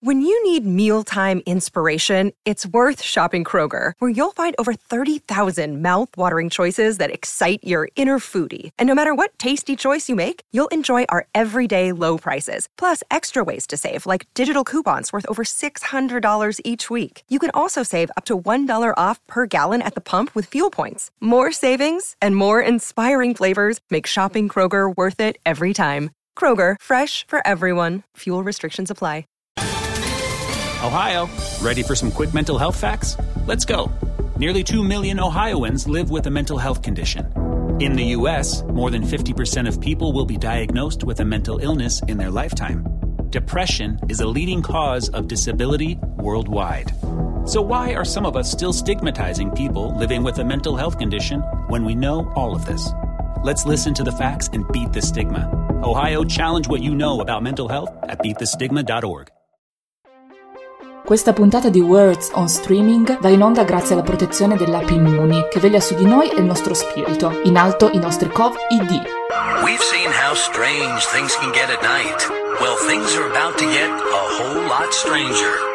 When you need mealtime inspiration, it's worth shopping Kroger, where you'll find over 30,000 mouth-watering choices that excite your inner foodie. And no matter what tasty choice you make, you'll enjoy our everyday low prices, plus extra ways to save, like digital coupons worth over $600 each week. You can also save up to $1 off per gallon at the pump with fuel points. More savings and more inspiring flavors make shopping Kroger worth it every time. Kroger, fresh for everyone. Fuel restrictions apply. Ohio, ready for some quick mental health facts? Let's go. Nearly 2 million Ohioans live with a mental health condition. In the U.S., more than 50% of people will be diagnosed with a mental illness in their lifetime. Depression is a leading cause of disability worldwide. So why are some of us still stigmatizing people living with a mental health condition when we know all of this? Let's listen to the facts and beat the stigma. Ohio, challenge what you know about mental health at beatthestigma.org. Questa puntata di Words on Streaming va in onda grazie alla protezione dell'app Immuni, che veglia su di noi e il nostro spirito. In alto i nostri COV-ID. We've seen how strange things can get at night. Well, things are about to get a whole lot stranger.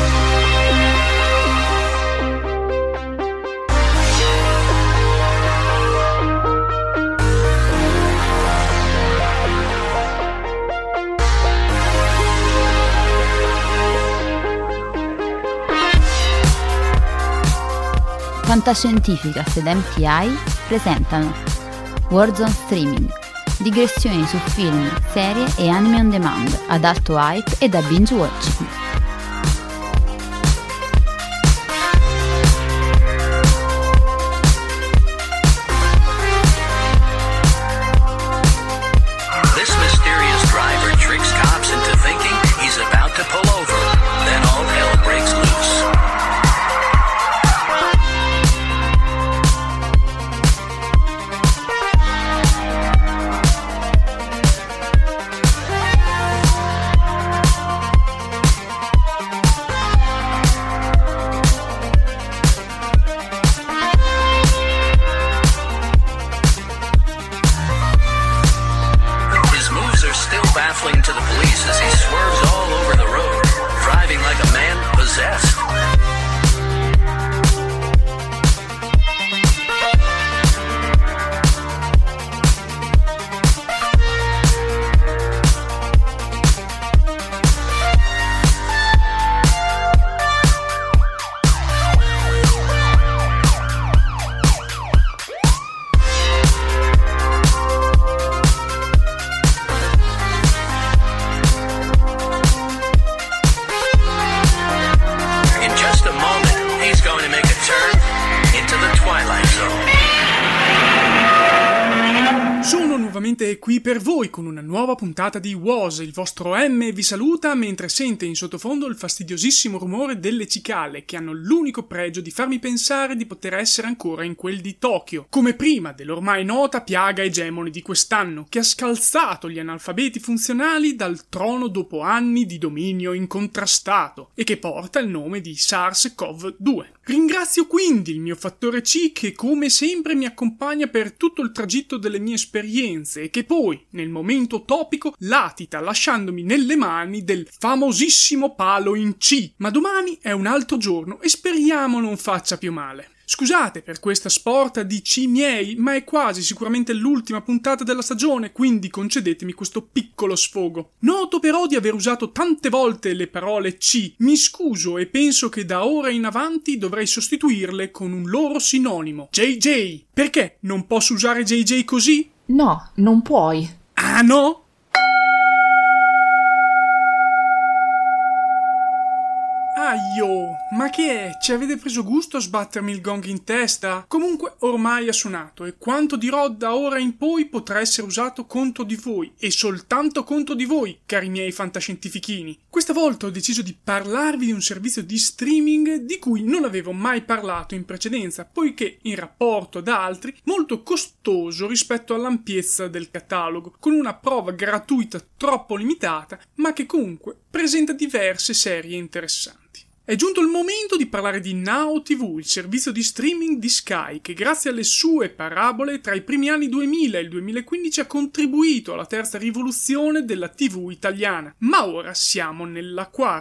Fantascientificast ed MTI presentano Words on Streaming, digressioni su film, serie e anime on demand ad alto hype e da binge watching. This mysterious driver tricks cops into thinking he's about to pull over. Then all hell breaks loose. Baffling to the police as he swerves all over the road, driving like a man possessed. Qui per voi con una nuova puntata di WOS, il vostro M vi saluta mentre sente in sottofondo il fastidiosissimo rumore delle cicale che hanno l'unico pregio di farmi pensare di poter essere ancora in quel di Tokyo, come prima dell'ormai nota piaga egemone di quest'anno che ha scalzato gli analfabeti funzionali dal trono dopo anni di dominio incontrastato e che porta il nome di SARS-CoV-2. Ringrazio quindi il mio fattore C che come sempre mi accompagna per tutto il tragitto delle mie esperienze e che poi, nel momento topico, latita lasciandomi nelle mani del famosissimo palo in C. Ma domani è un altro giorno e speriamo non faccia più male. Scusate per questa sporta di C miei, ma è quasi sicuramente l'ultima puntata della stagione, quindi concedetemi questo piccolo sfogo. Noto però di aver usato tante volte le parole C, mi scuso e penso che da ora in avanti dovrei sostituirle con un loro sinonimo, JJ. Perché non posso usare JJ così? No, non puoi. Ah no? Aio, ma che è? Ci avete preso gusto a sbattermi il gong in testa? Comunque ormai ha suonato e quanto dirò da ora in poi potrà essere usato contro di voi e soltanto contro di voi, cari miei fantascientifichini. Questa volta ho deciso di parlarvi di un servizio di streaming di cui non avevo mai parlato in precedenza, poiché in rapporto ad altri molto costoso rispetto all'ampiezza del catalogo, con una prova gratuita troppo limitata, ma che comunque presenta diverse serie interessanti. È giunto il momento di parlare di Now TV, il servizio di streaming di Sky, che grazie alle sue parabole tra i primi anni 2000 e il 2015 ha contribuito alla terza rivoluzione della TV italiana. Ma ora siamo nella quarta.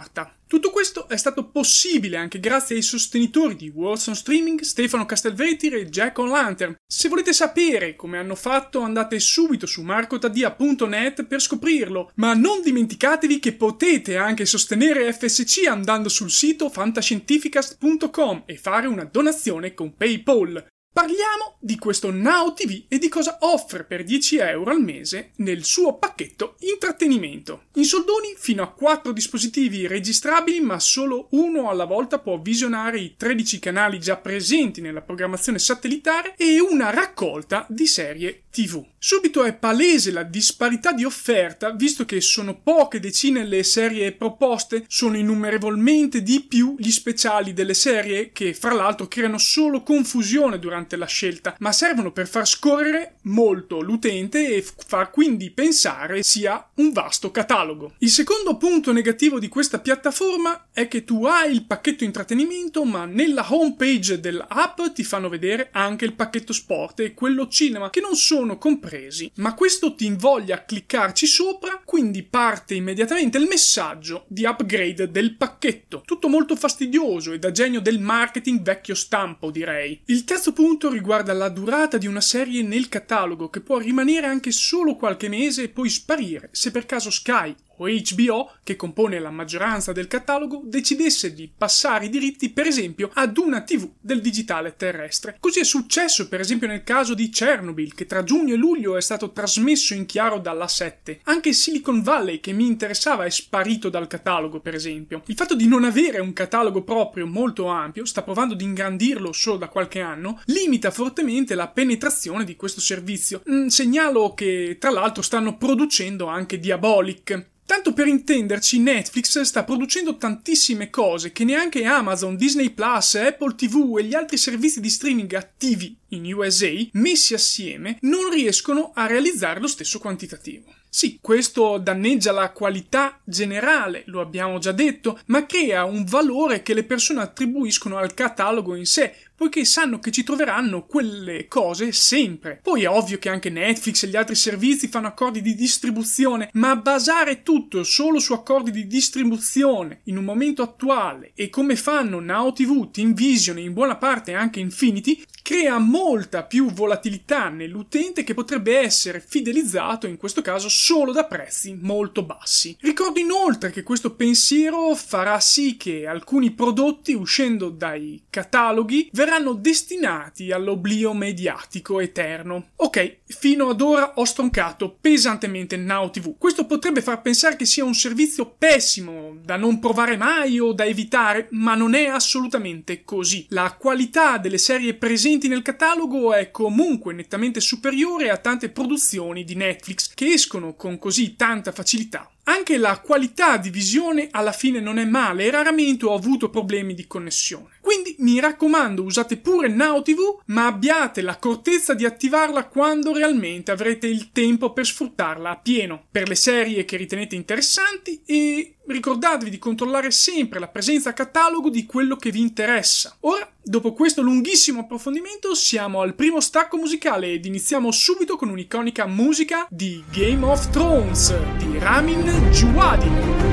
Tutto questo è stato possibile anche grazie ai sostenitori di Words on Streaming, Stefano Castelvetri e Jack O'Lantern. Se volete sapere come hanno fatto, andate subito su marcotadia.net per scoprirlo, ma non dimenticatevi che potete anche sostenere FSC andando sul sito fantascientificast.com e fare una donazione con PayPal. Parliamo di questo Now TV e di cosa offre per 10 euro al mese nel suo pacchetto intrattenimento. In soldoni fino a 4 dispositivi registrabili, ma solo uno alla volta può visionare i 13 canali già presenti nella programmazione satellitare e una raccolta di serie TV. Subito è palese la disparità di offerta, visto che sono poche decine le serie proposte, sono innumerevolmente di più gli speciali delle serie che fra l'altro creano solo confusione durante la scelta, ma servono per far scorrere molto l'utente e far quindi pensare sia un vasto catalogo. Il secondo punto negativo di questa piattaforma è che tu hai il pacchetto intrattenimento, ma nella homepage dell'app ti fanno vedere anche il pacchetto sport e quello cinema, che non sono compresi, ma questo ti invoglia a cliccarci sopra, quindi parte immediatamente il messaggio di upgrade del pacchetto. Tutto molto fastidioso e da genio del marketing vecchio stampo, direi. Il terzo punto riguarda la durata di una serie nel catalogo, che può rimanere anche solo qualche mese e poi sparire se per caso Sky o HBO, che compone la maggioranza del catalogo, decidesse di passare i diritti per esempio ad una TV del digitale terrestre. Così è successo per esempio nel caso di Chernobyl, che tra giugno e luglio è stato trasmesso in chiaro dalla 7. Anche Silicon Valley, che mi interessava, è sparito dal catalogo per esempio. Il fatto di non avere un catalogo proprio molto ampio, sta provando ad ingrandirlo solo da qualche anno, limita fortemente la penetrazione di questo servizio. Segnalo che tra l'altro stanno producendo anche Diabolic. Tanto per intenderci, Netflix sta producendo tantissime cose che neanche Amazon, Disney Plus, Apple TV e gli altri servizi di streaming attivi in USA, messi assieme, non riescono a realizzare lo stesso quantitativo. Sì, questo danneggia la qualità generale, lo abbiamo già detto, ma crea un valore che le persone attribuiscono al catalogo in sé, poiché sanno che ci troveranno quelle cose sempre. Poi è ovvio che anche Netflix e gli altri servizi fanno accordi di distribuzione, ma basare tutto solo su accordi di distribuzione in un momento attuale, e come fanno Now TV, TeamVision e in buona parte anche Infinity, crea molta più volatilità nell'utente, che potrebbe essere fidelizzato in questo caso solo da prezzi molto bassi. Ricordo inoltre che questo pensiero farà sì che alcuni prodotti, uscendo dai cataloghi, verranno destinati all'oblio mediatico eterno. Ok, fino ad ora ho stroncato pesantemente Now TV. Questo potrebbe far pensare che sia un servizio pessimo, da non provare mai o da evitare, ma non è assolutamente così. La qualità delle serie presenti nel catalogo è comunque nettamente superiore a tante produzioni di Netflix che escono con così tanta facilità. Anche la qualità di visione alla fine non è male e raramente ho avuto problemi di connessione. Quindi mi raccomando, usate pure Now TV, ma abbiate l'accortezza di attivarla quando realmente avrete il tempo per sfruttarla a pieno, per le serie che ritenete interessanti, e ricordatevi di controllare sempre la presenza a catalogo di quello che vi interessa. Ora, dopo questo lunghissimo approfondimento, siamo al primo stacco musicale ed iniziamo subito con un'iconica musica di Game of Thrones di Ramin Djawadi.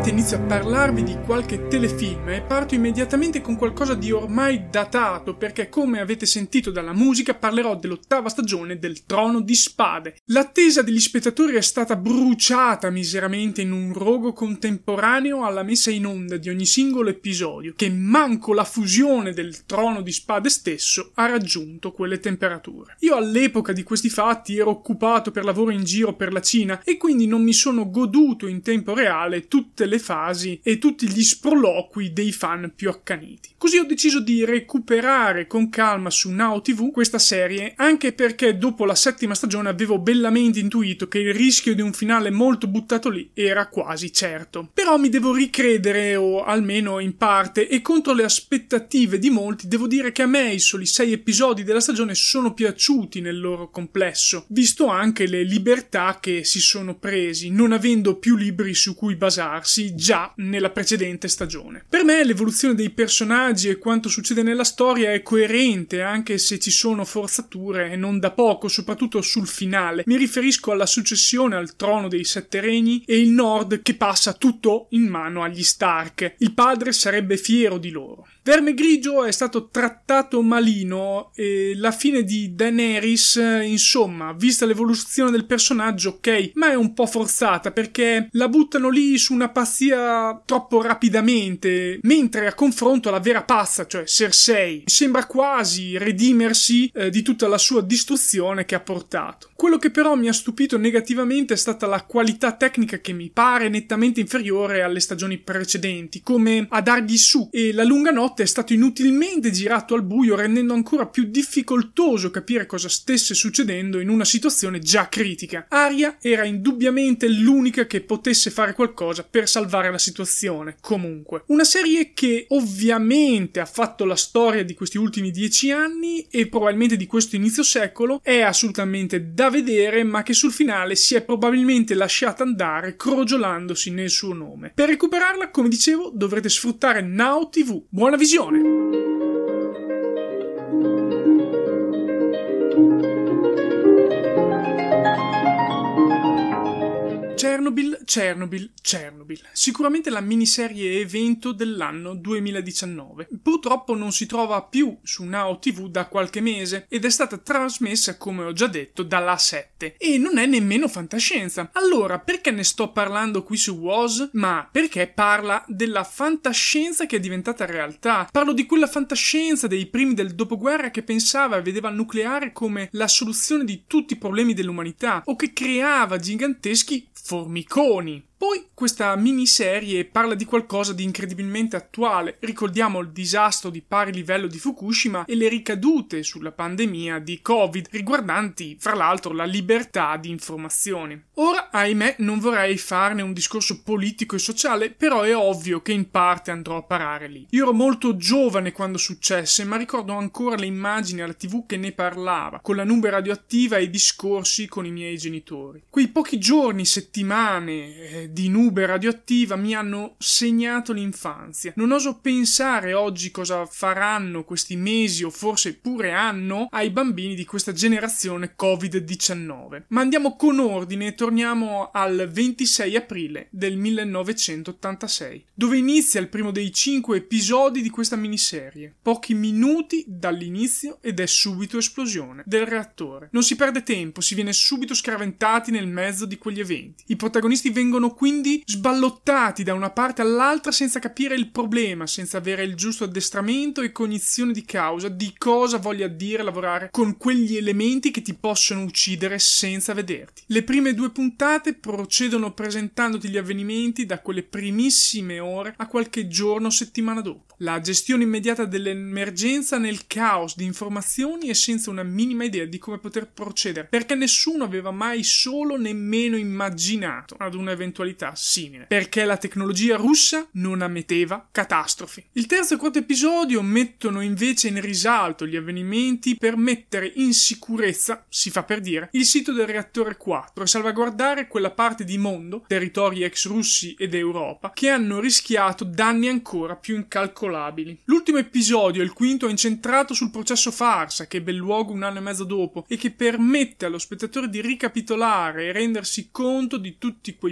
ovviamente inizio a parlarvi di qualche telefilm e parto immediatamente con qualcosa di ormai datato, perché come avete sentito dalla musica parlerò dell'8ª stagione del Trono di Spade. L'attesa degli spettatori è stata bruciata miseramente in un rogo contemporaneo alla messa in onda di ogni singolo episodio, che manco la fusione del Trono di Spade stesso ha raggiunto quelle temperature. Io all'epoca di questi fatti ero occupato per lavoro in giro per la Cina e quindi non mi sono goduto in tempo reale tutte le fasi e tutti gli sproloqui dei fan più accaniti. Così ho deciso di recuperare con calma su Now TV questa serie, anche perché dopo la 7ª stagione avevo bellamente intuito che il rischio di un finale molto buttato lì era quasi certo. Però mi devo ricredere, o almeno in parte, e contro le aspettative di molti devo dire che a me i soli 6 episodi della stagione sono piaciuti nel loro complesso, visto anche le libertà che si sono presi, non avendo più libri su cui basarsi già nella precedente stagione. Per me l'evoluzione dei personaggi e quanto succede nella storia è coerente, anche se ci sono forzature e non da poco, soprattutto sul finale. Mi riferisco alla successione al trono dei 7 regni e il Nord che passa tutto in mano agli Stark. Il padre sarebbe fiero di loro. Verme Grigio è stato trattato malino e la fine di Daenerys, insomma, vista l'evoluzione del personaggio, ok, ma è un po' forzata perché la buttano lì su una pazzia troppo rapidamente, mentre a confronto la vera pazza, cioè Cersei, sembra quasi redimersi di tutta la sua distruzione che ha portato. Quello che però mi ha stupito negativamente è stata la qualità tecnica, che mi pare nettamente inferiore alle stagioni precedenti, come a dargli su, e la lunga notte è stato inutilmente girato al buio, rendendo ancora più difficoltoso capire cosa stesse succedendo in una situazione già critica. Arya era indubbiamente l'unica che potesse fare qualcosa per salvare la situazione. Comunque, una serie che ovviamente ha fatto la storia di questi ultimi 10 anni e probabilmente di questo inizio secolo, è assolutamente da vedere, ma che sul finale si è probabilmente lasciata andare crogiolandosi nel suo nome. Per recuperarla, come dicevo, dovrete sfruttare Now TV. Buona visione! Chernobyl. Sicuramente la miniserie evento dell'anno 2019. Purtroppo non si trova più su Now TV da qualche mese ed è stata trasmessa, come ho già detto, dalla 7. E non è nemmeno fantascienza. Allora, perché ne sto parlando qui su WOS? Ma perché parla della fantascienza che è diventata realtà. Parlo di quella fantascienza dei primi del dopoguerra che pensava e vedeva il nucleare come la soluzione di tutti i problemi dell'umanità, o che creava giganteschi formiconi. Poi questa miniserie parla di qualcosa di incredibilmente attuale. Ricordiamo il disastro di pari livello di Fukushima e le ricadute sulla pandemia di Covid, riguardanti fra l'altro la libertà di informazione. Ora, ahimè, non vorrei farne un discorso politico e sociale, però è ovvio che in parte andrò a parare lì. Io ero molto giovane quando successe, ma ricordo ancora le immagini alla TV che ne parlava, con la nube radioattiva e i discorsi con i miei genitori. Quei pochi giorni, settimane di nube radioattiva mi hanno segnato l'infanzia. Non oso pensare oggi cosa faranno questi mesi, o forse pure anno, ai bambini di questa generazione Covid-19. Ma andiamo con ordine e torniamo al 26 aprile del 1986, dove inizia il primo dei 5 episodi di questa miniserie. Pochi minuti dall'inizio ed è subito esplosione del reattore. Non si perde tempo, si viene subito scaraventati nel mezzo di quegli eventi. I protagonisti vengono quindi sballottati da una parte all'altra senza capire il problema, senza avere il giusto addestramento e cognizione di causa di cosa voglia dire lavorare con quegli elementi che ti possono uccidere senza vederti. Le prime 2 puntate procedono presentandoti gli avvenimenti da quelle primissime ore a qualche giorno o settimana dopo. La gestione immediata dell'emergenza nel caos di informazioni e senza una minima idea di come poter procedere, perché nessuno aveva mai solo nemmeno immaginato ad un'eventualità simile, perché la tecnologia russa non ammetteva catastrofi. Il terzo e quarto episodio mettono invece in risalto gli avvenimenti per mettere in sicurezza, si fa per dire, il sito del reattore 4 e salvaguardare quella parte di mondo, territori ex russi ed Europa, che hanno rischiato danni ancora più incalcolabili. L'ultimo episodio, il quinto, è incentrato sul processo farsa che ebbe luogo 1 anno e mezzo dopo e che permette allo spettatore di ricapitolare e rendersi conto di tutti quei passaggi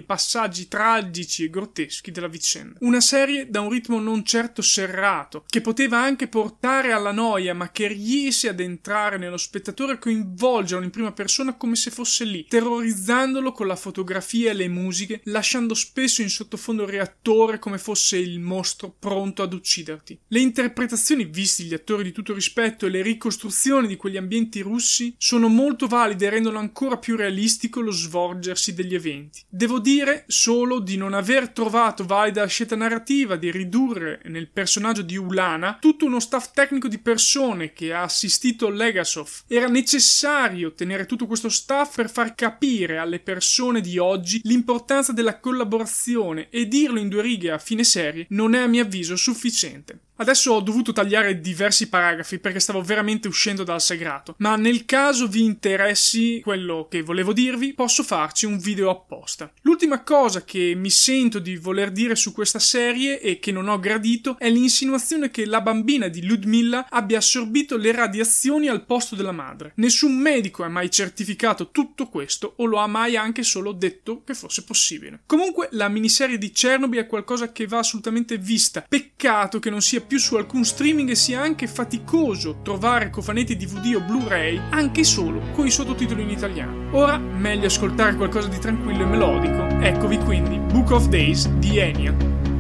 passaggi tragici e grotteschi della vicenda. Una serie da un ritmo non certo serrato, che poteva anche portare alla noia, ma che riesce ad entrare nello spettatore e coinvolgerlo in prima persona come se fosse lì, terrorizzandolo con la fotografia e le musiche, lasciando spesso in sottofondo il reattore come fosse il mostro pronto ad ucciderti. Le interpretazioni, visti gli attori di tutto rispetto, e le ricostruzioni di quegli ambienti russi sono molto valide e rendono ancora più realistico lo svolgersi degli eventi. Devo dire solo di non aver trovato valida la scelta narrativa di ridurre nel personaggio di Ulana tutto uno staff tecnico di persone che ha assistito Legasov. Era necessario tenere tutto questo staff per far capire alle persone di oggi l'importanza della collaborazione, e dirlo in 2 righe a fine serie non è a mio avviso sufficiente. Adesso ho dovuto tagliare diversi paragrafi perché stavo veramente uscendo dal sagrato, ma nel caso vi interessi quello che volevo dirvi, posso farci un video apposta. L'ultima cosa che mi sento di voler dire su questa serie e che non ho gradito è l'insinuazione che la bambina di Ludmilla abbia assorbito le radiazioni al posto della madre. Nessun medico ha mai certificato tutto questo o lo ha mai anche solo detto che fosse possibile. Comunque la miniserie di Chernobyl è qualcosa che va assolutamente vista. Peccato che non sia più su alcun streaming e sia anche faticoso trovare cofanetti DVD o Blu-ray anche solo con i sottotitoli in italiano. Ora meglio ascoltare qualcosa di tranquillo e melodico. Eccovi quindi Book of Days di Enya.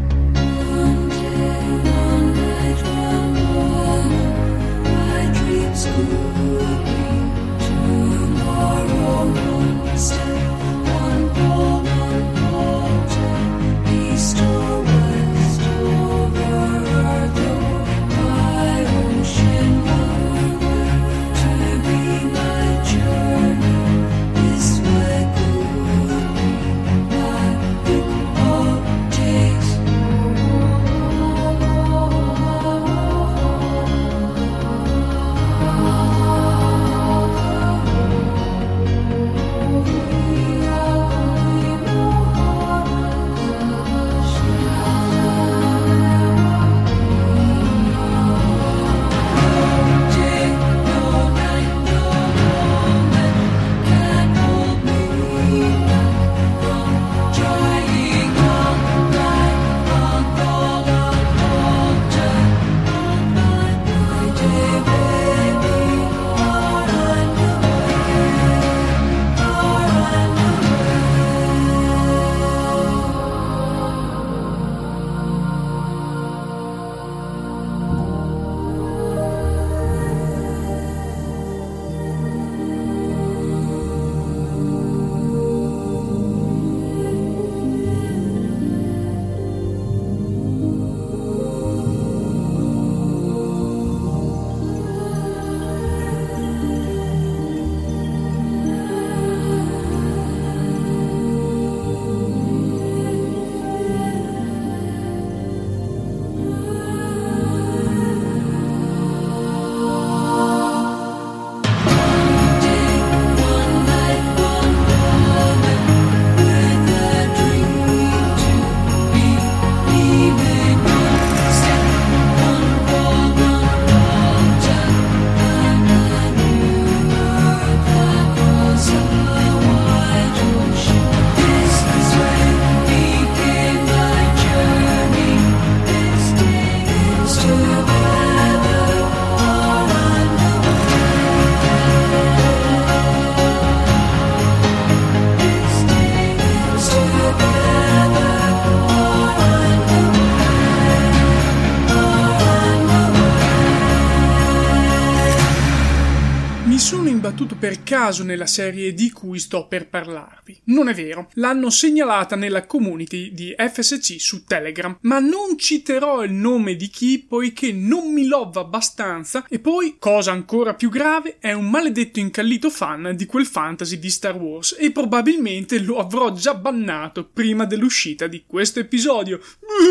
Per caso nella serie di cui sto per parlarvi. Non è vero, l'hanno segnalata nella community di FSC su Telegram, ma non citerò il nome di chi poiché non mi lova abbastanza e poi, cosa ancora più grave, è un maledetto incallito fan di quel fantasy di Star Wars e probabilmente lo avrò già bannato prima dell'uscita di questo episodio.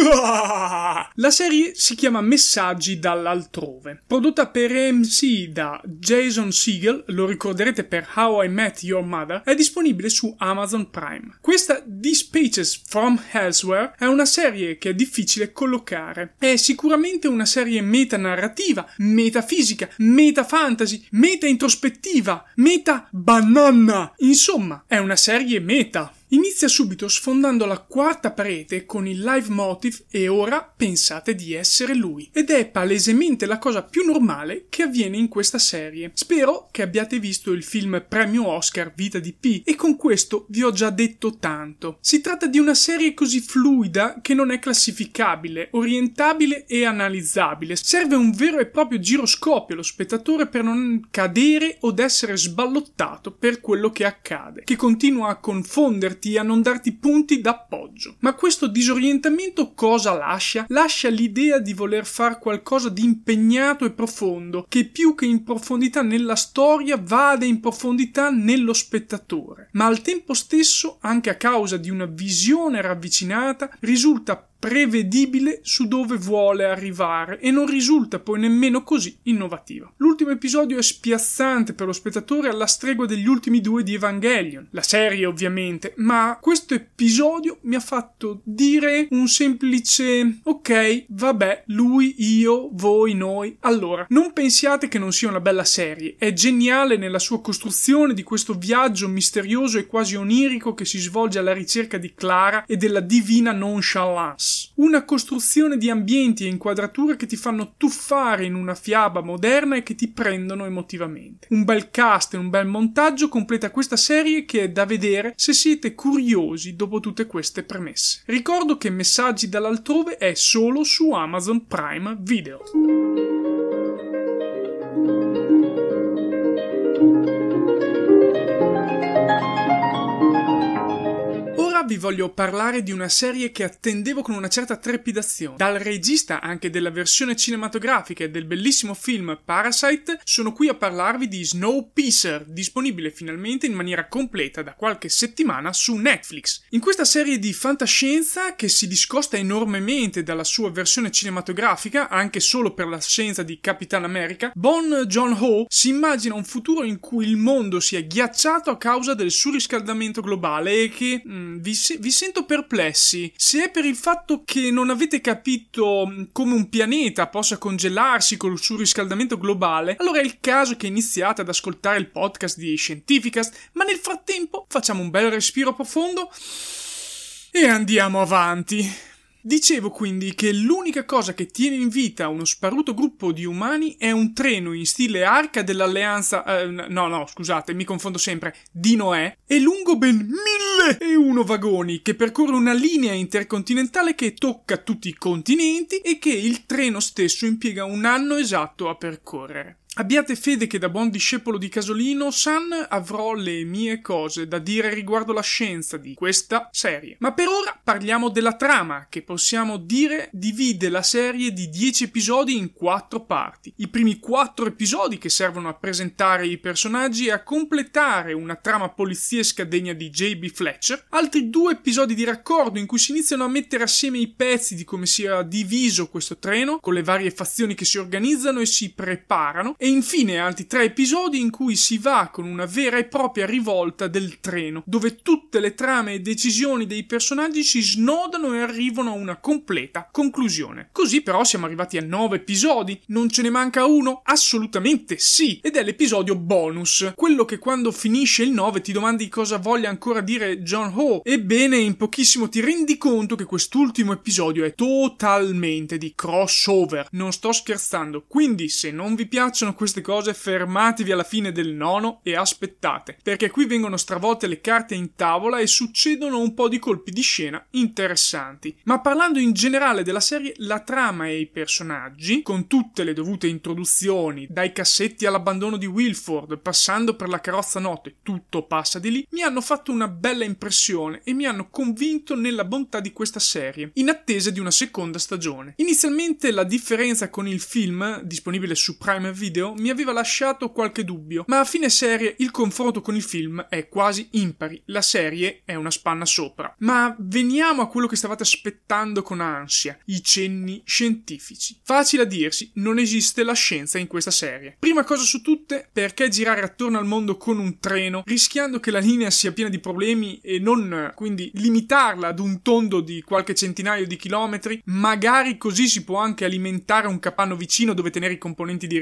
La serie si chiama Messaggi dall'altrove, prodotta per AMC da Jason Segel, lo ricorderete per How I Met Your Mother, è disponibile su Amazon Prime. Questa Dispatches from Elsewhere è una serie che è difficile collocare. È sicuramente una serie metanarrativa, metafisica, metafantasy, meta-introspettiva, meta-banana. Insomma, è una serie meta. Inizia subito sfondando la quarta parete con il leitmotiv "e ora pensate di essere lui", ed è palesemente la cosa più normale che avviene in questa serie. Spero che abbiate visto il film premio Oscar Vita di Pi, e con questo vi ho già detto tanto. Si tratta di una serie così fluida che non è classificabile, orientabile e analizzabile. Serve un vero e proprio giroscopio allo spettatore per non cadere od essere sballottato per quello che accade, che continua a confonderti, a non darti punti d'appoggio. Ma questo disorientamento cosa lascia? Lascia l'idea di voler fare qualcosa di impegnato e profondo, che più che in profondità nella storia vada in profondità nello spettatore. Ma al tempo stesso, anche a causa di una visione ravvicinata, risulta prevedibile su dove vuole arrivare e non risulta poi nemmeno così innovativa. L'ultimo episodio è spiazzante per lo spettatore, alla stregua degli ultimi 2 di Evangelion, la serie ovviamente, ma questo episodio mi ha fatto dire un semplice ok, vabbè, lui, io, voi, noi. Allora, non pensiate che non sia una bella serie, è geniale nella sua costruzione di questo viaggio misterioso e quasi onirico che si svolge alla ricerca di Clara e della divina nonchalance. Una costruzione di ambienti e inquadrature che ti fanno tuffare in una fiaba moderna e che ti prendono emotivamente. Un bel cast e un bel montaggio completa questa serie, che è da vedere se siete curiosi dopo tutte queste premesse. Ricordo che Messaggi dall'altrove è solo su Amazon Prime Video. Vi voglio parlare di una serie che attendevo con una certa trepidazione. Dal regista anche della versione cinematografica e del bellissimo film Parasite, sono qui a parlarvi di Snowpiercer, disponibile finalmente in maniera completa da qualche settimana su Netflix. In questa serie di fantascienza, che si discosta enormemente dalla sua versione cinematografica, anche solo per l'assenza di Capitan America, Bong Joon-ho si immagina un futuro in cui il mondo sia ghiacciato a causa del surriscaldamento globale e che vi sento perplessi. Se è per il fatto che non avete capito come un pianeta possa congelarsi col surriscaldamento globale, allora è il caso che iniziate ad ascoltare il podcast di Scientificast, ma nel frattempo facciamo un bel respiro profondo e andiamo avanti. Dicevo quindi che l'unica cosa che tiene in vita uno sparuto gruppo di umani è un treno in stile arca dell'alleanza, scusate, mi confondo sempre, di Noè, e lungo ben 1001 vagoni, che percorre una linea intercontinentale che tocca tutti i continenti e che il treno stesso impiega un anno esatto a percorrere. Abbiate fede che da buon discepolo di Casolino-san avrò le mie cose da dire riguardo la scienza di questa serie. Ma per ora parliamo della trama, che possiamo dire divide la serie di 10 episodi in 4 parti. I primi 4 episodi che servono a presentare i personaggi e a completare una trama poliziesca degna di J.B. Fletcher, altri 2 episodi di raccordo in cui si iniziano a mettere assieme i pezzi di come sia diviso questo treno, con le varie fazioni che si organizzano e si preparano, e infine altri 3 episodi in cui si va con una vera e propria rivolta del treno, dove tutte le trame e decisioni dei personaggi si snodano e arrivano a una completa conclusione. Così però siamo arrivati a 9 episodi. Non ce ne manca uno? Assolutamente sì! Ed è l'episodio bonus, quello che quando finisce il 9 ti domandi cosa voglia ancora dire Joon-ho. Ebbene, in pochissimo ti rendi conto che quest'ultimo episodio è totalmente di crossover. Non sto scherzando, quindi se non vi piacciono queste cose fermatevi alla fine del 9 e aspettate, perché qui vengono stravolte le carte in tavola e succedono un po' di colpi di scena interessanti. Ma parlando in generale della serie, la trama e i personaggi, con tutte le dovute introduzioni, dai cassetti all'abbandono di Wilford, passando per la carrozza notte, tutto passa di lì, mi hanno fatto una bella impressione e mi hanno convinto nella bontà di questa serie, in attesa di una seconda stagione. Inizialmente la differenza con il film, disponibile su Prime Video, mi aveva lasciato qualche dubbio, ma a fine serie il confronto con il film è quasi impari, la serie è una spanna sopra. Ma veniamo a quello che stavate aspettando con ansia, i cenni scientifici. Facile a dirsi, non esiste la scienza in questa serie. Prima cosa su tutte, perché girare attorno al mondo con un treno, rischiando che la linea sia piena di problemi e non quindi limitarla ad un tondo di qualche centinaio di chilometri? Magari così si può anche alimentare un capanno vicino dove tenere i componenti di riserva,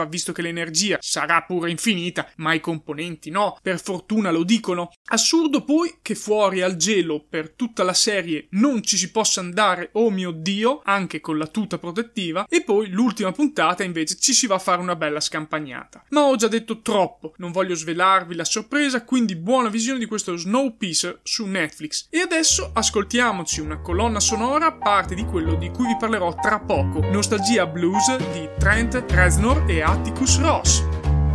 riserva, visto che l'energia sarà pure infinita, ma i componenti no, per fortuna lo dicono. Assurdo poi che fuori al gelo per tutta la serie non ci si possa andare, oh mio Dio, anche con la tuta protettiva, e poi l'ultima puntata invece ci si va a fare una bella scampagnata. Ma ho già detto troppo, non voglio svelarvi la sorpresa, quindi buona visione di questo Snowpiercer su Netflix. E adesso ascoltiamoci una colonna sonora a parte di quello di cui vi parlerò tra poco, Nostalgia Blues di Trent Reznor e Atticus Ross.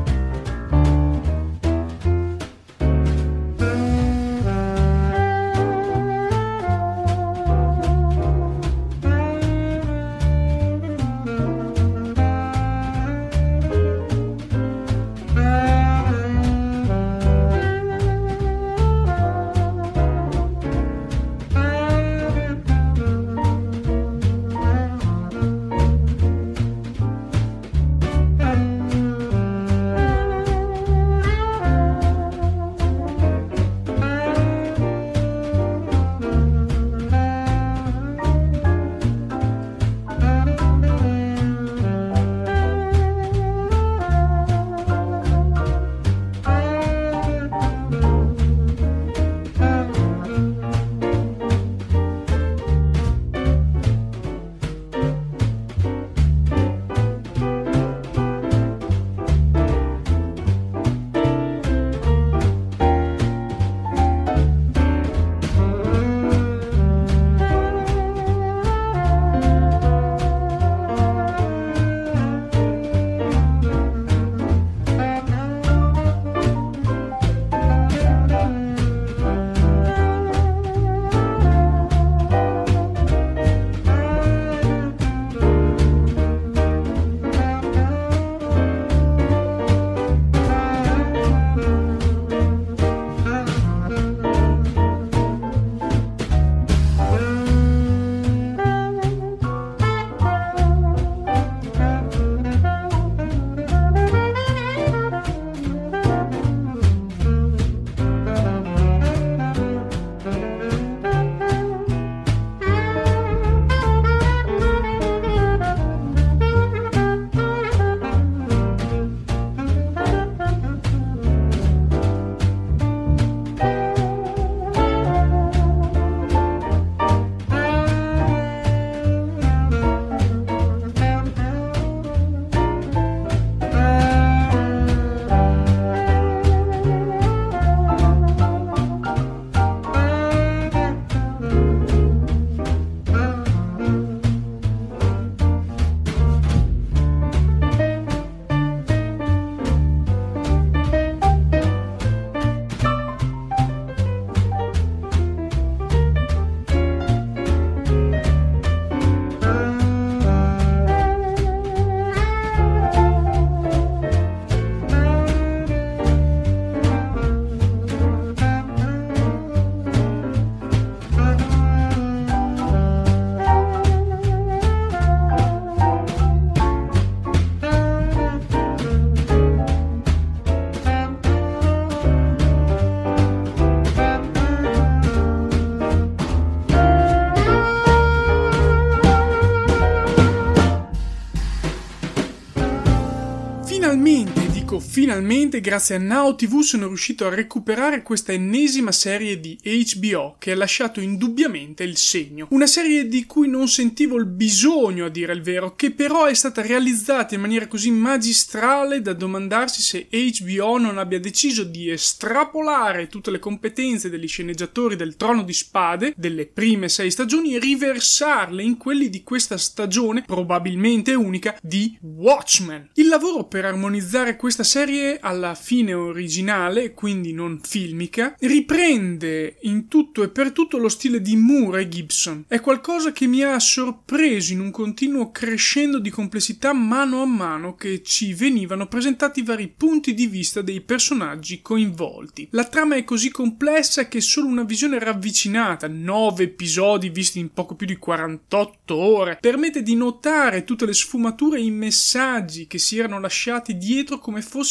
Finalmente, grazie a Now TV, sono riuscito a recuperare questa ennesima serie di HBO che ha lasciato indubbiamente il segno. Una serie di cui non sentivo il bisogno, a dire il vero, che però è stata realizzata in maniera così magistrale da domandarsi se HBO non abbia deciso di estrapolare tutte le competenze degli sceneggiatori del Trono di Spade delle prime 6 stagioni e riversarle in quelli di questa stagione, probabilmente unica, di Watchmen. Il lavoro per armonizzare questa serie alla fine originale, quindi non filmica, riprende in tutto e per tutto lo stile di Moore e Gibson. È qualcosa che mi ha sorpreso in un continuo crescendo di complessità mano a mano che ci venivano presentati vari punti di vista dei personaggi coinvolti. La trama è così complessa che solo una visione ravvicinata, 9 episodi visti in poco più di 48 ore, permette di notare tutte le sfumature e i messaggi che si erano lasciati dietro come fossero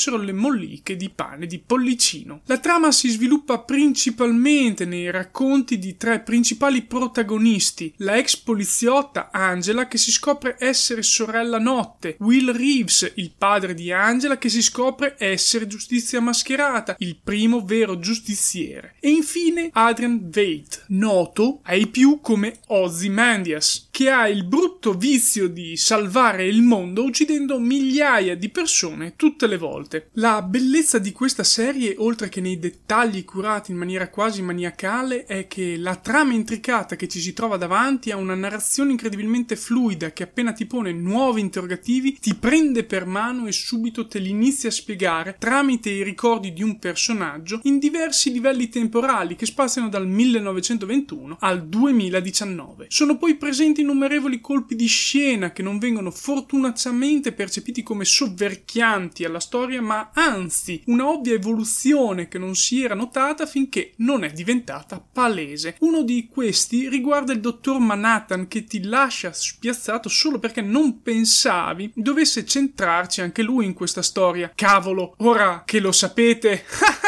fossero le molliche di pane di pollicino. La trama si sviluppa principalmente nei racconti di tre principali protagonisti: la ex poliziotta Angela, che si scopre essere sorella notte, Will Reeves, il padre di Angela, che si scopre essere giustizia mascherata, il primo vero giustiziere, e infine Adrian Veidt, noto ai più come Ozymandias, che ha il brutto vizio di salvare il mondo uccidendo migliaia di persone tutte le volte. La bellezza di questa serie, oltre che nei dettagli curati in maniera quasi maniacale, è che la trama intricata che ci si trova davanti ha una narrazione incredibilmente fluida che, appena ti pone nuovi interrogativi, ti prende per mano e subito te li inizia a spiegare tramite i ricordi di un personaggio in diversi livelli temporali che spaziano dal 1921 al 2019. Sono poi presenti innumerevoli colpi di scena che non vengono fortunatamente percepiti come sovverchianti alla storia, ma anzi una ovvia evoluzione che non si era notata finché non è diventata palese. Uno di questi riguarda il dottor Manhattan, che ti lascia spiazzato solo perché non pensavi dovesse centrarci anche lui in questa storia. Cavolo, ora che lo sapete.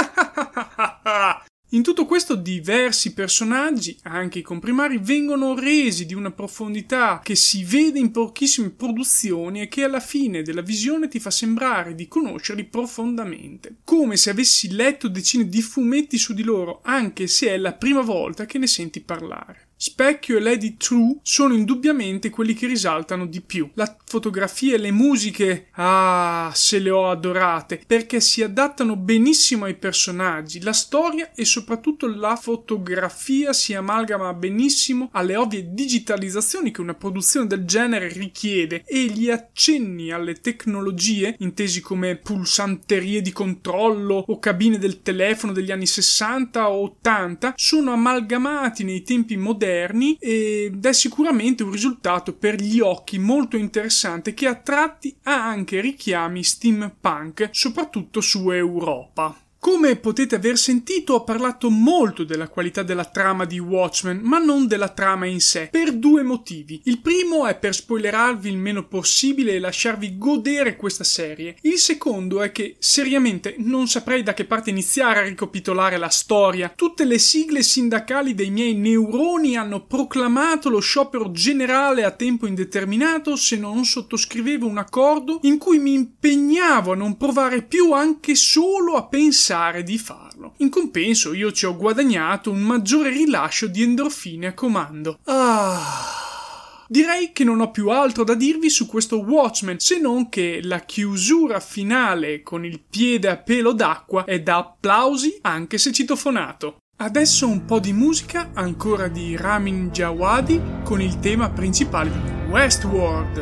In tutto questo diversi personaggi, anche i comprimari, vengono resi di una profondità che si vede in pochissime produzioni e che alla fine della visione ti fa sembrare di conoscerli profondamente, come se avessi letto decine di fumetti su di loro, anche se è la prima volta che ne senti parlare. Specchio e Lady True sono indubbiamente quelli che risaltano di più. La fotografia e le musiche, se le ho adorate, perché si adattano benissimo ai personaggi. La storia e soprattutto la fotografia si amalgama benissimo alle ovvie digitalizzazioni che una produzione del genere richiede, e gli accenni alle tecnologie, intesi come pulsanterie di controllo o cabine del telefono degli anni 60 o 80, sono amalgamati nei tempi moderni ed è sicuramente un risultato per gli occhi molto interessante, che a tratti ha anche richiami steampunk, soprattutto su Europa. Come potete aver sentito, ho parlato molto della qualità della trama di Watchmen, ma non della trama in sé, per due motivi. Il primo è per spoilerarvi il meno possibile e lasciarvi godere questa serie. Il secondo è che, seriamente, non saprei da che parte iniziare a ricapitolare la storia. Tutte le sigle sindacali dei miei neuroni hanno proclamato lo sciopero generale a tempo indeterminato se non sottoscrivevo un accordo in cui mi impegnavo a non provare più anche solo a pensare di farlo. In compenso io ci ho guadagnato un maggiore rilascio di endorfine a comando. Direi che non ho più altro da dirvi su questo Watchmen, se non che la chiusura finale con il piede a pelo d'acqua è da applausi anche se citofonato. Adesso un po' di musica, ancora di Ramin Djawadi, con il tema principale di Westworld.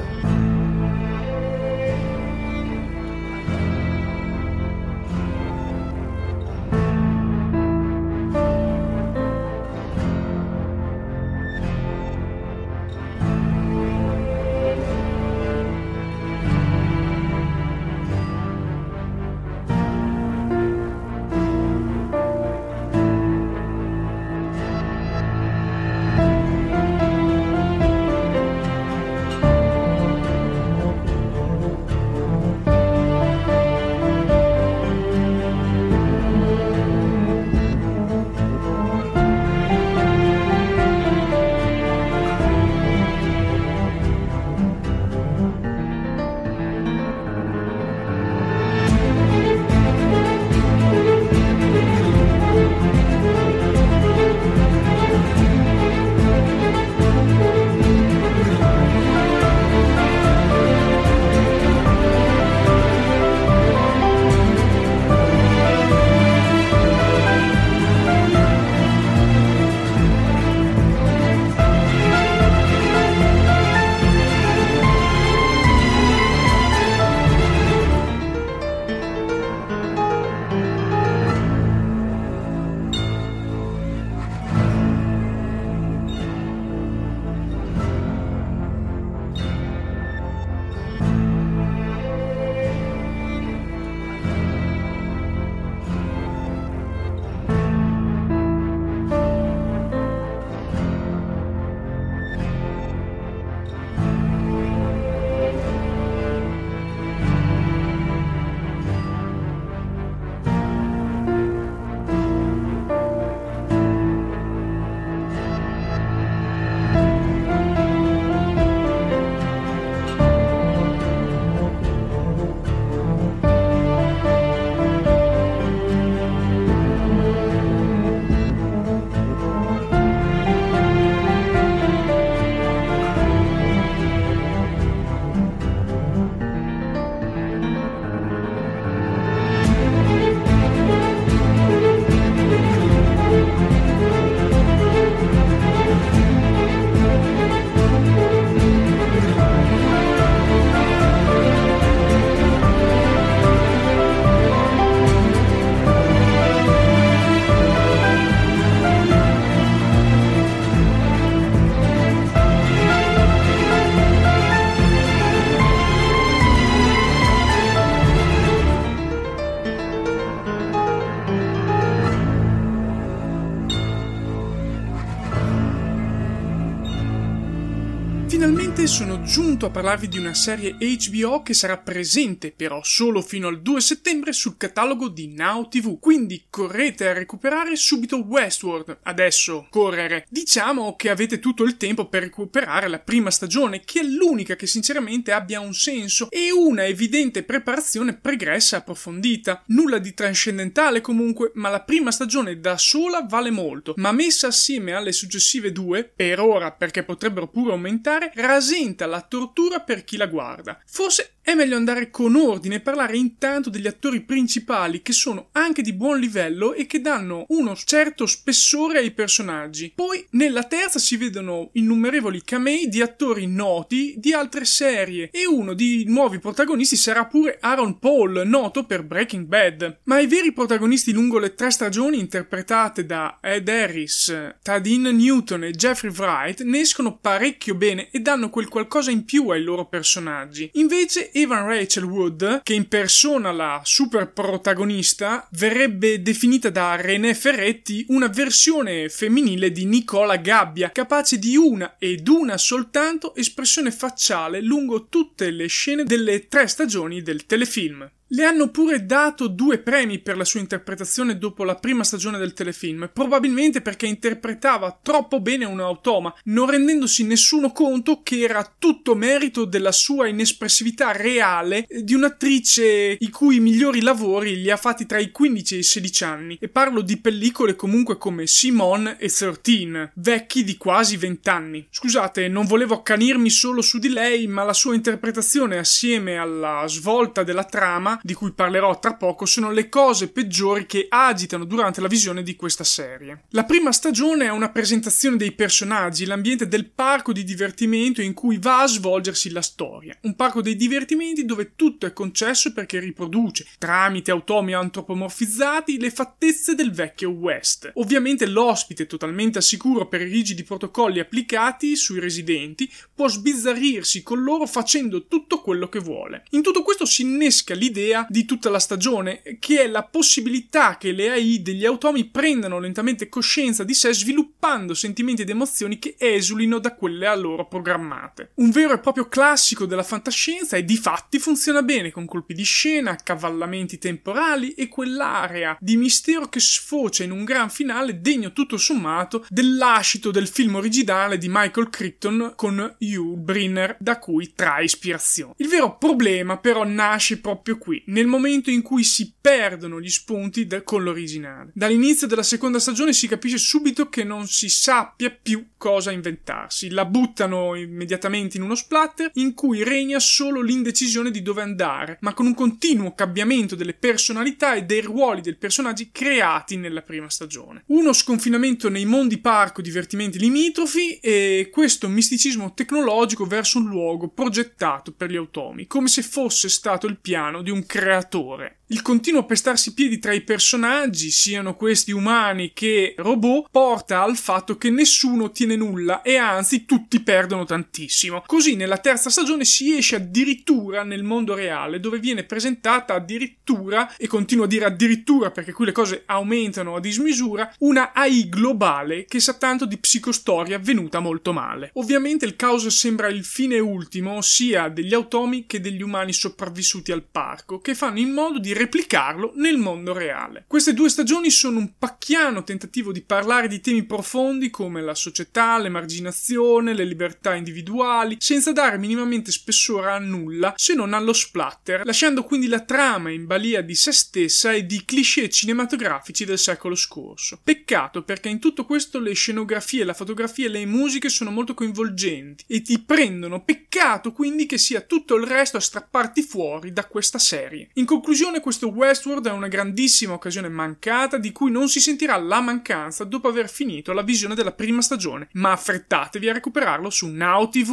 Finalmente sono giunto a parlarvi di una serie HBO che sarà presente però solo fino al 2 settembre sul catalogo di Now TV, quindi correte a recuperare subito Westworld. Adesso correre. Diciamo che avete tutto il tempo per recuperare la prima stagione, che è l'unica che sinceramente abbia un senso e una evidente preparazione pregressa e approfondita. Nulla di trascendentale comunque, ma la prima stagione da sola vale molto, ma messa assieme alle successive due, per ora perché potrebbero pure aumentare, rasenta la tortura per chi la guarda. Forse è meglio andare con ordine e parlare intanto degli attori principali, che sono anche di buon livello e che danno uno certo spessore ai personaggi. Poi nella terza si vedono innumerevoli camei di attori noti di altre serie e uno dei nuovi protagonisti sarà pure Aaron Paul, noto per Breaking Bad. Ma i veri protagonisti lungo le 3 stagioni, interpretate da Ed Harris, Tadine Newton e Jeffrey Wright, ne escono parecchio bene e danno quel qualcosa in più ai loro personaggi. Invece Evan Rachel Wood, che impersona la super protagonista, verrebbe definita da René Ferretti una versione femminile di Nicola Gabbia, capace di una ed una soltanto espressione facciale lungo tutte le scene delle 3 stagioni del telefilm. Le hanno pure dato 2 premi per la sua interpretazione dopo la prima stagione del telefilm, probabilmente perché interpretava troppo bene un automa, non rendendosi nessuno conto che era tutto merito della sua inespressività reale di un'attrice i cui migliori lavori li ha fatti tra i 15 e i 16 anni, e parlo di pellicole comunque come Simone e 13, vecchi di quasi 20 anni. Scusate, non volevo accanirmi solo su di lei, ma la sua interpretazione assieme alla svolta della trama, di cui parlerò tra poco, sono le cose peggiori che agitano durante la visione di questa serie. La prima stagione è una presentazione dei personaggi, l'ambiente del parco di divertimento in cui va a svolgersi la storia. Un parco dei divertimenti dove tutto è concesso perché riproduce, tramite automi antropomorfizzati, le fattezze del vecchio West. Ovviamente l'ospite, totalmente al sicuro per i rigidi protocolli applicati sui residenti, può sbizzarrirsi con loro facendo tutto quello che vuole. In tutto questo si innesca l'idea di tutta la stagione, che è la possibilità che le AI degli automi prendano lentamente coscienza di sé, sviluppando sentimenti ed emozioni che esulino da quelle a loro programmate. Un vero e proprio classico della fantascienza, e di fatti funziona bene, con colpi di scena, accavallamenti temporali e quell'area di mistero che sfocia in un gran finale degno tutto sommato dell'ascito del film originale di Michael Crichton con Yul Brynner, da cui trae ispirazione. Il vero problema però nasce proprio qui, nel momento in cui si perdono gli spunti con l'originale. Dall'inizio della seconda stagione si capisce subito che non si sappia più cosa inventarsi. La buttano immediatamente in uno splatter in cui regna solo l'indecisione di dove andare, ma con un continuo cambiamento delle personalità e dei ruoli dei personaggi creati nella prima stagione. Uno sconfinamento nei mondi parco divertimenti limitrofi e questo misticismo tecnologico verso un luogo progettato per gli automi, come se fosse stato il piano di un creatore. Il continuo pestarsi i piedi tra i personaggi, siano questi umani che robot, porta al fatto che nessuno ottiene nulla e anzi tutti perdono tantissimo. Così nella terza stagione si esce addirittura nel mondo reale, dove viene presentata addirittura, e continuo a dire addirittura perché qui le cose aumentano a dismisura, una AI globale che sa tanto di psicostoria venuta molto male. Ovviamente il caos sembra il fine ultimo sia degli automi che degli umani sopravvissuti al parco, che fanno in modo di replicarlo nel mondo reale. Queste 2 stagioni sono un pacchiano tentativo di parlare di temi profondi come la società, l'emarginazione, le libertà individuali, senza dare minimamente spessore a nulla se non allo splatter, lasciando quindi la trama in balia di se stessa e di cliché cinematografici del secolo scorso. Peccato, perché in tutto questo le scenografie, la fotografia e le musiche sono molto coinvolgenti e ti prendono. Peccato quindi che sia tutto il resto a strapparti fuori da questa serie. In conclusione, questo Westworld è una grandissima occasione mancata di cui non si sentirà la mancanza dopo aver finito la visione della prima stagione, ma affrettatevi a recuperarlo su Now TV.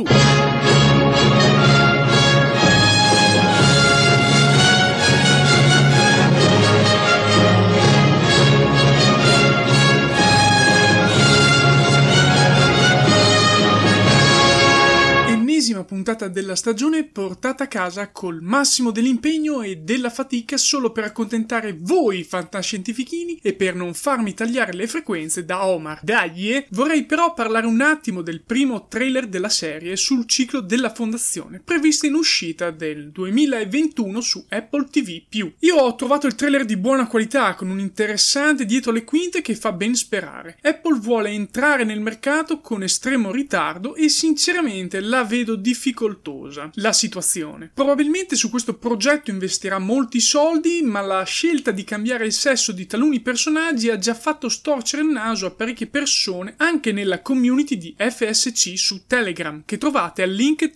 puntata della stagione portata a casa col massimo dell'impegno e della fatica solo per accontentare voi fantascientifichini e per non farmi tagliare le frequenze da Omar. Vorrei però parlare un attimo del primo trailer della serie sul ciclo della Fondazione, previsto in uscita del 2021 su Apple TV+. Io ho trovato il trailer di buona qualità, con un interessante dietro le quinte che fa ben sperare. Apple vuole entrare nel mercato con estremo ritardo e sinceramente la vedo difficoltosa la situazione. Probabilmente su questo progetto investirà molti soldi, ma la scelta di cambiare il sesso di taluni personaggi ha già fatto storcere il naso a parecchie persone anche nella community di FSC su Telegram, che trovate al link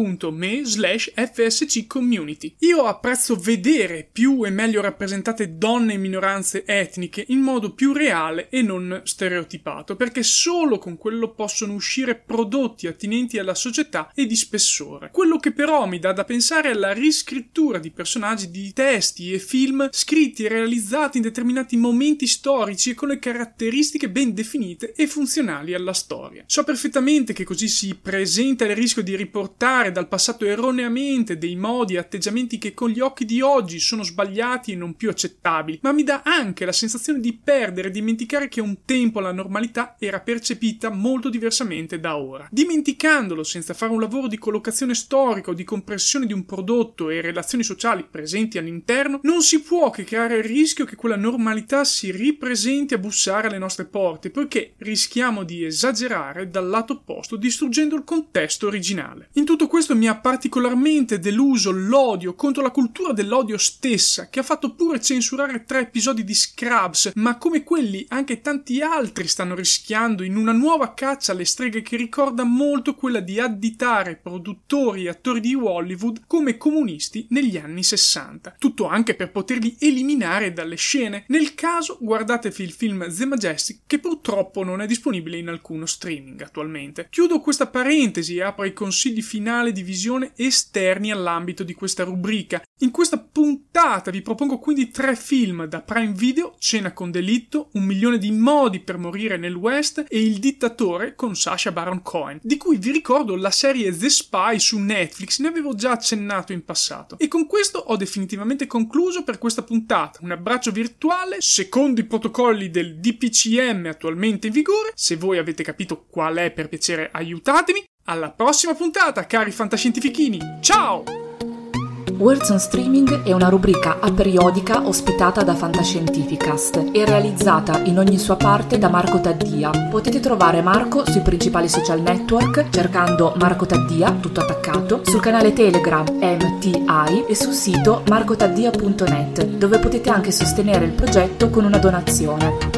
t.me/FSC community. Io apprezzo vedere più e meglio rappresentate donne e minoranze etniche in modo più reale e non stereotipato, perché solo con quello possono uscire prodotti attinenti alla società e di spessore. Quello che però mi dà da pensare è la riscrittura di personaggi di testi e film scritti e realizzati in determinati momenti storici e con le caratteristiche ben definite e funzionali alla storia. So perfettamente che così si presenta il rischio di riportare dal passato erroneamente dei modi e atteggiamenti che con gli occhi di oggi sono sbagliati e non più accettabili, ma mi dà anche la sensazione di perdere e dimenticare che un tempo la normalità era percepita molto diversamente da ora. Dimenticandolo senza fare un lavoro di collocazione storica o di compressione di un prodotto e relazioni sociali presenti all'interno, non si può che creare il rischio che quella normalità si ripresenti a bussare alle nostre porte, poiché rischiamo di esagerare dal lato opposto, distruggendo il contesto originale. In tutto questo mi ha particolarmente deluso l'odio contro la cultura dell'odio stessa, che ha fatto pure censurare 3 episodi di Scrubs, ma come quelli anche tanti altri stanno rischiando in una nuova caccia alle streghe che ricorda molto quella di additare produttori e attori di Hollywood come comunisti negli anni 60. Tutto anche per poterli eliminare dalle scene. Nel caso guardatevi il film The Majestic, che purtroppo non è disponibile in alcuno streaming attualmente. Chiudo questa parentesi e apro ai consigli finali di visione esterni all'ambito di questa rubrica. In questa puntata vi propongo quindi 3 film da Prime Video: Cena con delitto, 1 milione di modi per morire nel West e Il dittatore con Sacha Baron Cohen, di cui vi ricordo la serie The Spy su Netflix, ne avevo già accennato in passato. E con questo ho definitivamente concluso per questa puntata. Un abbraccio virtuale secondo i protocolli del DPCM attualmente in vigore. Se voi avete capito qual è, per piacere aiutatemi. Alla prossima puntata, cari fantascientifichini. Ciao! Words on Streaming è una rubrica aperiodica ospitata da Fantascientificast e realizzata in ogni sua parte da Marco Taddia. Potete trovare Marco sui principali social network cercando Marco Taddia, tutto attaccato, sul canale Telegram MTI e sul sito marcotaddia.net, dove potete anche sostenere il progetto con una donazione.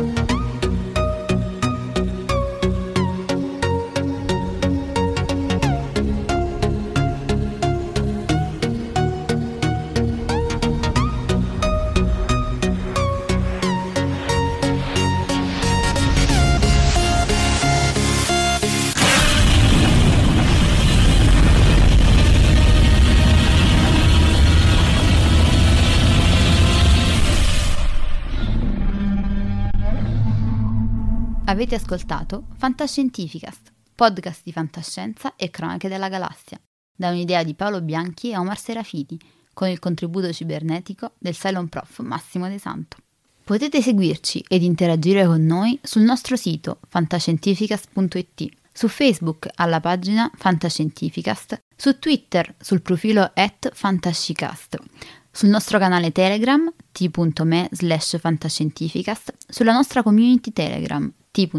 Avete ascoltato Fantascientificast, podcast di fantascienza e cronache della galassia, da un'idea di Paolo Bianchi e Omar Serafiti, con il contributo cibernetico del Cylon Prof Massimo De Santo. Potete seguirci ed interagire con noi sul nostro sito fantascientificast.it, su Facebook alla pagina Fantascientificast, su Twitter sul profilo @fantascicast, sul nostro canale Telegram t.me/fantascientificast, sulla nostra community Telegram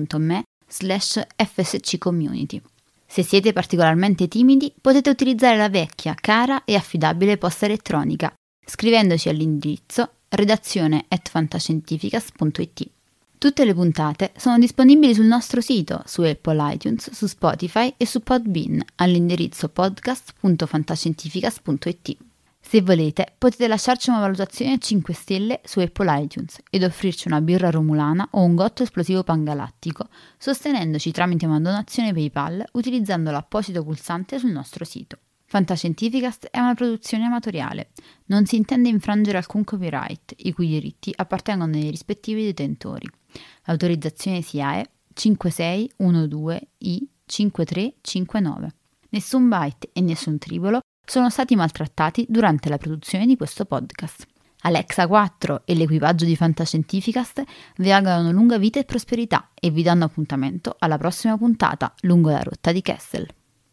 t.me/FSC community. Se siete particolarmente timidi, potete utilizzare la vecchia, cara e affidabile posta elettronica, scrivendoci all'indirizzo redazione@fantascientificast.it. Tutte le puntate sono disponibili sul nostro sito, su Apple iTunes, su Spotify e su Podbean, all'indirizzo podcast.fantascientificast.it. Se volete, potete lasciarci una valutazione a 5 stelle su Apple iTunes ed offrirci una birra romulana o un gotto esplosivo pangalattico, sostenendoci tramite una donazione PayPal utilizzando l'apposito pulsante sul nostro sito. Fantascientificast è una produzione amatoriale. Non si intende infrangere alcun copyright, i cui diritti appartengono ai rispettivi detentori. Autorizzazione SIAE 5612I5359. Nessun byte e nessun tribolo sono stati maltrattati durante la produzione di questo podcast. Alexa 4 e l'equipaggio di Fantascientificast vi augurano lunga vita e prosperità e vi danno appuntamento alla prossima puntata lungo la rotta di Kessel.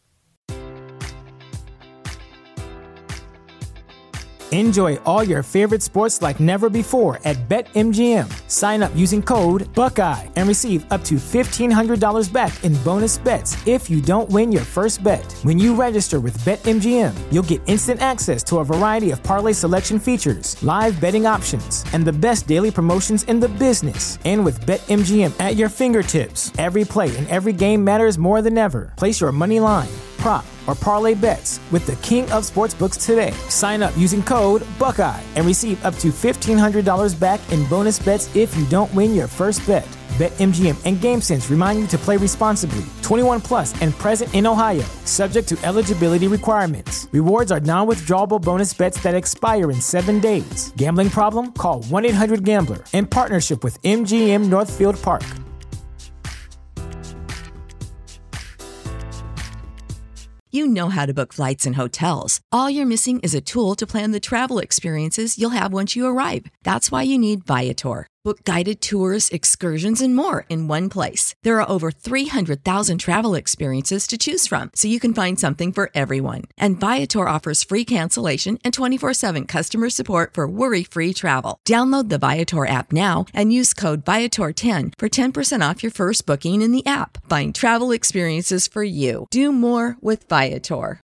Enjoy all your favorite sports like never before at BetMGM. Sign up using code Buckeye and receive up to $1,500 back in bonus bets if you don't win your first bet. When you register with BetMGM, you'll get instant access to a variety of parlay selection features, live betting options, and the best daily promotions in the business. And with BetMGM at your fingertips, every play and every game matters more than ever. Place your money line, prop, or parlay bets with the king of sportsbooks today. Sign up using code Buckeye and receive up to $1,500 back in bonus bets if you don't win your first bet. BetMGM and GameSense remind you to play responsibly. 21 plus and present in Ohio, subject to eligibility requirements. Rewards are non-withdrawable bonus bets that expire in 7 days. Gambling problem? Call 1-800-GAMBLER in partnership with MGM Northfield Park. You know how to book flights and hotels. All you're missing is a tool to plan the travel experiences you'll have once you arrive. That's why you need Viator. Book guided tours, excursions, and more in one place. There are over 300,000 travel experiences to choose from, so you can find something for everyone. And Viator offers free cancellation and 24/7 customer support for worry-free travel. Download the Viator app now and use code Viator10 for 10% off your first booking in the app. Find travel experiences for you. Do more with Viator.